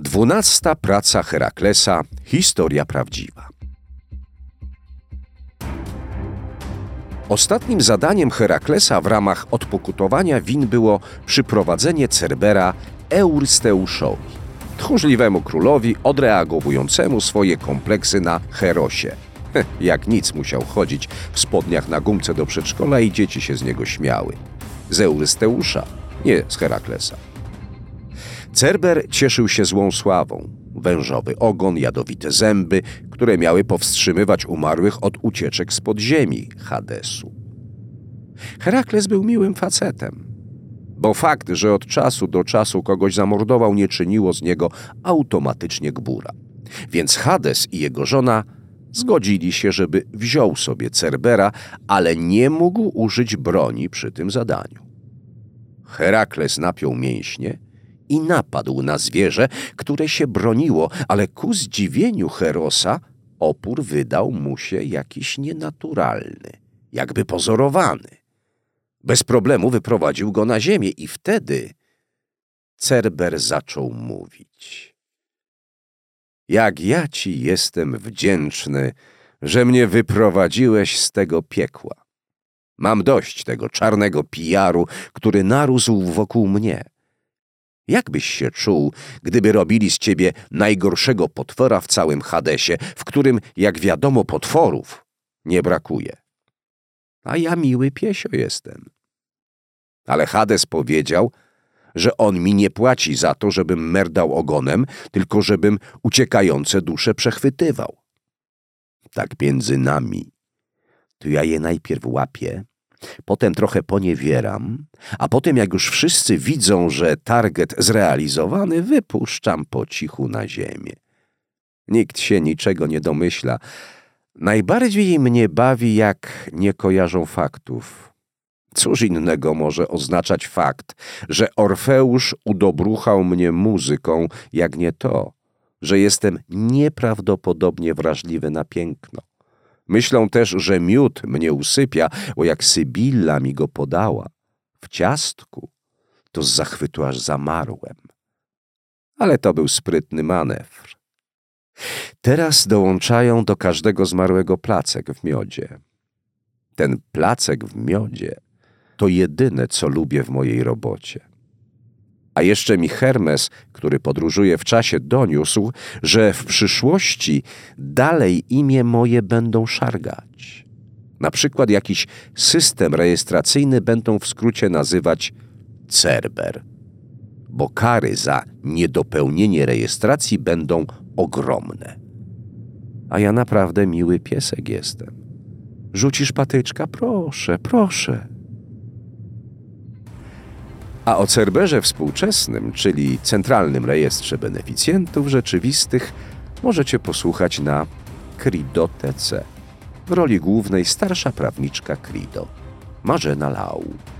12. praca Heraklesa. Historia prawdziwa. Ostatnim zadaniem Heraklesa w ramach odpokutowania win było przyprowadzenie Cerbera Eurysteuszowi, tchórzliwemu królowi odreagowującemu swoje kompleksy na Herosie. Jak nic musiał chodzić w spodniach na gumce do przedszkola i dzieci się z niego śmiały. Z Eurysteusza, nie z Heraklesa. Cerber cieszył się złą sławą. Wężowy ogon, jadowite zęby, które miały powstrzymywać umarłych od ucieczek z podziemi Hadesu. Herakles był miłym facetem, bo fakt, że od czasu do czasu kogoś zamordował, nie czyniło z niego automatycznie gbura. Więc Hades i jego żona zgodzili się, żeby wziął sobie Cerbera, ale nie mógł użyć broni przy tym zadaniu. Herakles napiął mięśnie i napadł na zwierzę, które się broniło, ale ku zdziwieniu Herosa opór wydał mu się jakiś nienaturalny, jakby pozorowany. Bez problemu wyprowadził go na ziemię i wtedy Cerber zaczął mówić. Jak ja ci jestem wdzięczny, że mnie wyprowadziłeś z tego piekła. Mam dość tego czarnego pijaru, który narósł wokół mnie. Jak byś się czuł, gdyby robili z ciebie najgorszego potwora w całym Hadesie, w którym, jak wiadomo, potworów nie brakuje? A ja miły piesio jestem. Ale Hades powiedział, że on mi nie płaci za to, żebym merdał ogonem, tylko żebym uciekające dusze przechwytywał. Tak między nami. To ja je najpierw łapię, potem trochę poniewieram, a potem jak już wszyscy widzą, że target zrealizowany, wypuszczam po cichu na ziemię. Nikt się niczego nie domyśla. Najbardziej mnie bawi, jak nie kojarzą faktów. Cóż innego może oznaczać fakt, że Orfeusz udobruchał mnie muzyką, jak nie to, że jestem nieprawdopodobnie wrażliwy na piękno. Myślą też, że miód mnie usypia, bo jak Sybilla mi go podała w ciastku, to z zachwytu aż zamarłem. Ale to był sprytny manewr. Teraz dołączają do każdego zmarłego placek w miodzie. Ten placek w miodzie to jedyne, co lubię w mojej robocie. A jeszcze mi Hermes, który podróżuje w czasie, doniósł, że w przyszłości dalej imię moje będą szargać. Na przykład jakiś system rejestracyjny będą w skrócie nazywać Cerber, bo kary za niedopełnienie rejestracji będą ogromne. A ja naprawdę miły piesek jestem. Rzucisz patyczka? Proszę, proszę. A o Cerberze współczesnym, czyli Centralnym Rejestrze Beneficjentów Rzeczywistych, możecie posłuchać na Crido.tc. W roli głównej starsza prawniczka Crido, Marzena Lau.